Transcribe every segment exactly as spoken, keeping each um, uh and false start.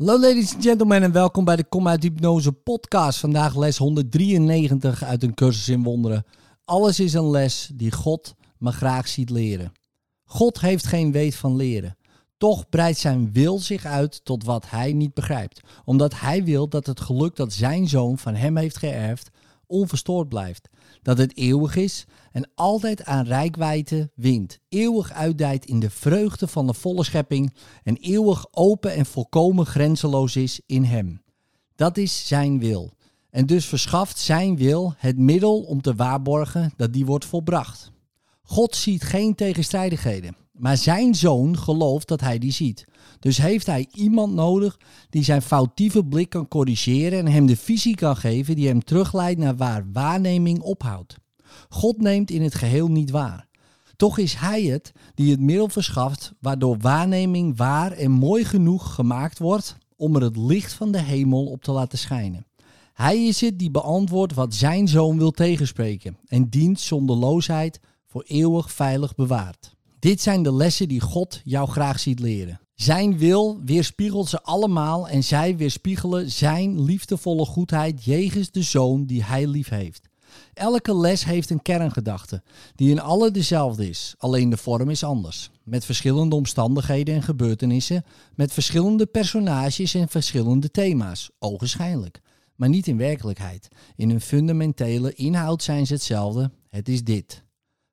Hallo ladies and gentlemen en welkom bij de Kom uit Hypnose podcast. Vandaag les honderddrieënnegentig uit een cursus in wonderen. Alles is een les die God me graag ziet leren. God heeft geen weet van leren. Toch breidt zijn wil zich uit tot wat hij niet begrijpt. Omdat hij wil dat het geluk dat zijn zoon van hem heeft geërfd onverstoord blijft. Dat het eeuwig is en altijd aan reikwijdte wint. Eeuwig uitdijt in de vreugde van de volle schepping en eeuwig open en volkomen grenzeloos is in hem. Dat is zijn wil. En dus verschaft zijn wil het middel om te waarborgen dat die wordt volbracht. God ziet geen tegenstrijdigheden, maar zijn zoon gelooft dat hij die ziet. Dus heeft hij iemand nodig die zijn foutieve blik kan corrigeren en hem de visie kan geven die hem terugleidt naar waar waarneming ophoudt. God neemt in het geheel niet waar. Toch is hij het die het middel verschaft waardoor waarneming waar en mooi genoeg gemaakt wordt om er het licht van de hemel op te laten schijnen. Hij is het die beantwoordt wat zijn zoon wil tegenspreken en dient zonderloosheid voor eeuwig veilig bewaard. Dit zijn de lessen die God jou graag ziet leren. Zijn wil weerspiegelt ze allemaal en zij weerspiegelen zijn liefdevolle goedheid jegens de zoon die hij lief heeft. Elke les heeft een kerngedachte die in alle dezelfde is, alleen de vorm is anders. Met verschillende omstandigheden en gebeurtenissen, met verschillende personages en verschillende thema's, ogenschijnlijk. Maar niet in werkelijkheid. In hun fundamentele inhoud zijn ze hetzelfde. Het is dit.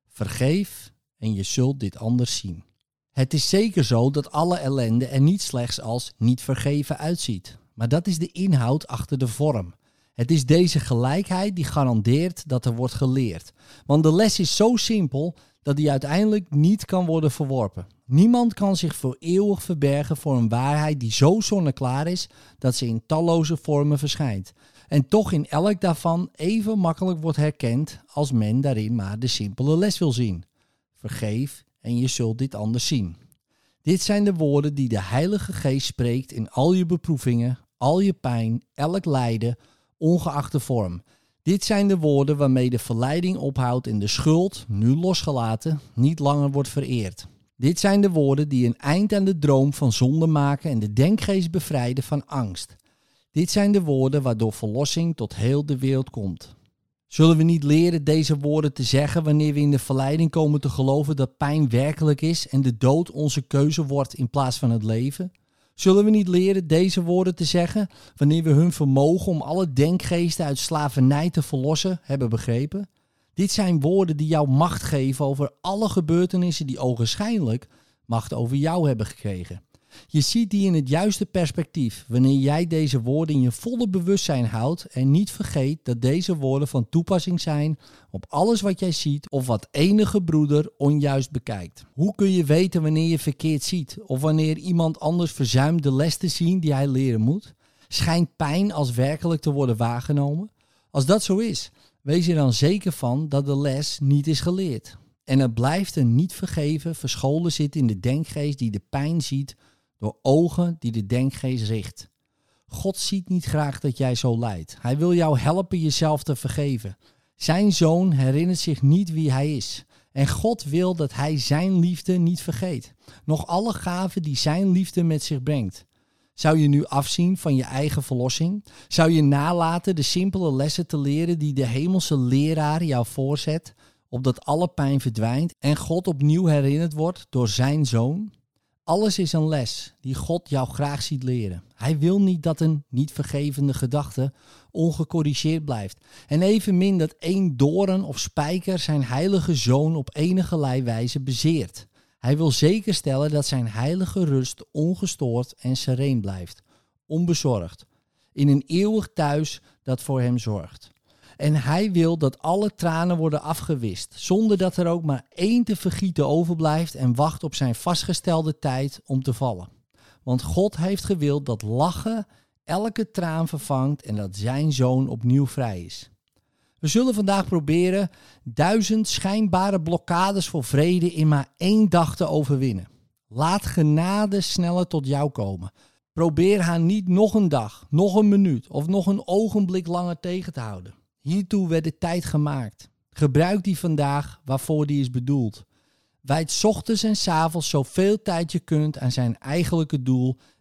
Vergeef en je zult dit anders zien. Het is zeker zo dat alle ellende er niet slechts als niet vergeven uitziet. Maar dat is de inhoud achter de vorm. Het is deze gelijkheid die garandeert dat er wordt geleerd. Want de les is zo simpel dat die uiteindelijk niet kan worden verworpen. Niemand kan zich voor eeuwig verbergen voor een waarheid die zo zonneklaar is dat ze in talloze vormen verschijnt. En toch in elk daarvan even makkelijk wordt herkend als men daarin maar de simpele les wil zien. Vergeef en je zult dit anders zien. Dit zijn de woorden die de Heilige Geest spreekt in al je beproevingen, al je pijn, elk lijden, ongeacht de vorm. Dit zijn de woorden waarmee de verleiding ophoudt en de schuld, nu losgelaten, niet langer wordt vereerd. Dit zijn de woorden die een eind aan de droom van zonde maken en de denkgeest bevrijden van angst. Dit zijn de woorden waardoor verlossing tot heel de wereld komt. Zullen we niet leren deze woorden te zeggen wanneer we in de verleiding komen te geloven dat pijn werkelijk is en de dood onze keuze wordt in plaats van het leven? Zullen we niet leren deze woorden te zeggen wanneer we hun vermogen om alle denkgeesten uit slavernij te verlossen hebben begrepen? Dit zijn woorden die jou macht geven over alle gebeurtenissen die ogenschijnlijk macht over jou hebben gekregen. Je ziet die in het juiste perspectief wanneer jij deze woorden in je volle bewustzijn houdt en niet vergeet dat deze woorden van toepassing zijn op alles wat jij ziet of wat enige broeder onjuist bekijkt. Hoe kun je weten wanneer je verkeerd ziet of wanneer iemand anders verzuimt de les te zien die hij leren moet? Schijnt pijn als werkelijk te worden waargenomen? Als dat zo is, wees er dan zeker van dat de les niet is geleerd. En het blijft een niet vergeven verscholen zitten in de denkgeest die de pijn ziet door ogen die de denkgeest richt. God ziet niet graag dat jij zo lijdt. Hij wil jou helpen jezelf te vergeven. Zijn zoon herinnert zich niet wie hij is. En God wil dat hij zijn liefde niet vergeet. Nog alle gaven die zijn liefde met zich brengt. Zou je nu afzien van je eigen verlossing? Zou je nalaten de simpele lessen te leren die de hemelse leraar jou voorzet, opdat alle pijn verdwijnt en God opnieuw herinnerd wordt door zijn zoon? Alles is een les die God jou graag ziet leren. Hij wil niet dat een niet vergevende gedachte ongecorrigeerd blijft. En evenmin dat één doorn of spijker zijn heilige zoon op enigerlei wijze bezeert. Hij wil zeker stellen dat zijn heilige rust ongestoord en sereen blijft. Onbezorgd. In een eeuwig thuis dat voor hem zorgt. En hij wil dat alle tranen worden afgewist, zonder dat er ook maar één te vergieten overblijft en wacht op zijn vastgestelde tijd om te vallen. Want God heeft gewild dat lachen elke traan vervangt en dat zijn zoon opnieuw vrij is. We zullen vandaag proberen duizend schijnbare blokkades voor vrede in maar één dag te overwinnen. Laat genade sneller tot jou komen. Probeer haar niet nog een dag, nog een minuut of nog een ogenblik langer tegen te houden. Hiertoe werd de tijd gemaakt. Gebruik die vandaag waarvoor die is bedoeld. Wijd 's ochtends en 's avonds zoveel tijd je kunt aan zijn eigenlijke doel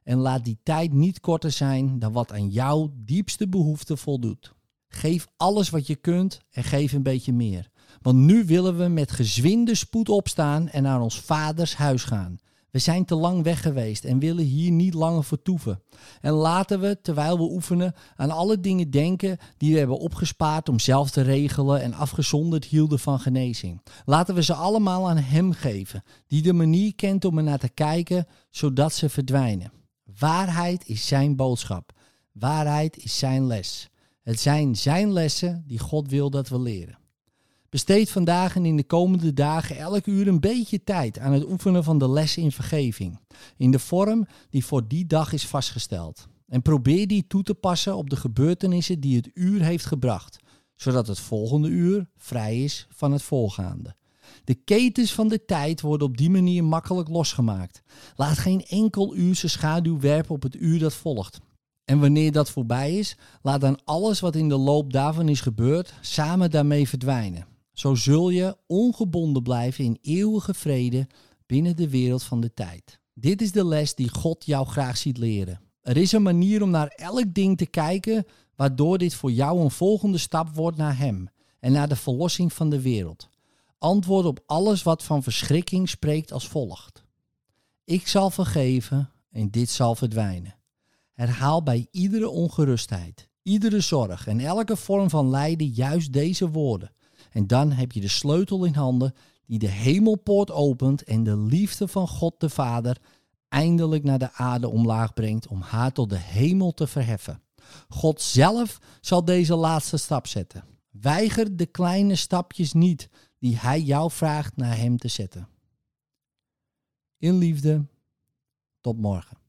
En laat die tijd niet korter zijn dan wat aan jouw diepste behoefte voldoet. Geef alles wat je kunt en geef een beetje meer. Want nu willen we met gezwinde spoed opstaan en naar ons vaders huis gaan. We zijn te lang weg geweest en willen hier niet langer vertoeven. En laten we, terwijl we oefenen, aan alle dingen denken die we hebben opgespaard om zelf te regelen en afgezonderd hielden van genezing. Laten we ze allemaal aan hem geven, die de manier kent om er naar te kijken, zodat ze verdwijnen. Waarheid is zijn boodschap. Waarheid is zijn les. Het zijn zijn lessen die God wil dat we leren. Besteed vandaag en in de komende dagen elk uur een beetje tijd aan het oefenen van de lessen in vergeving. In de vorm die voor die dag is vastgesteld. En probeer die toe te passen op de gebeurtenissen die het uur heeft gebracht. Zodat het volgende uur vrij is van het voorgaande. De ketens van de tijd worden op die manier makkelijk losgemaakt. Laat geen enkel uur zijn schaduw werpen op het uur dat volgt. En wanneer dat voorbij is, laat dan alles wat in de loop daarvan is gebeurd samen daarmee verdwijnen. Zo zul je ongebonden blijven in eeuwige vrede binnen de wereld van de tijd. Dit is de les die God jou graag ziet leren. Er is een manier om naar elk ding te kijken, waardoor dit voor jou een volgende stap wordt naar Hem en naar de verlossing van de wereld. Antwoord op alles wat van verschrikking spreekt als volgt. Ik zal vergeven en dit zal verdwijnen. Herhaal bij iedere ongerustheid, iedere zorg en elke vorm van lijden juist deze woorden. En dan heb je de sleutel in handen die de hemelpoort opent en de liefde van God de Vader eindelijk naar de aarde omlaag brengt om haar tot de hemel te verheffen. God zelf zal deze laatste stap zetten. Weiger de kleine stapjes niet die Hij jou vraagt naar Hem te zetten. In liefde, tot morgen.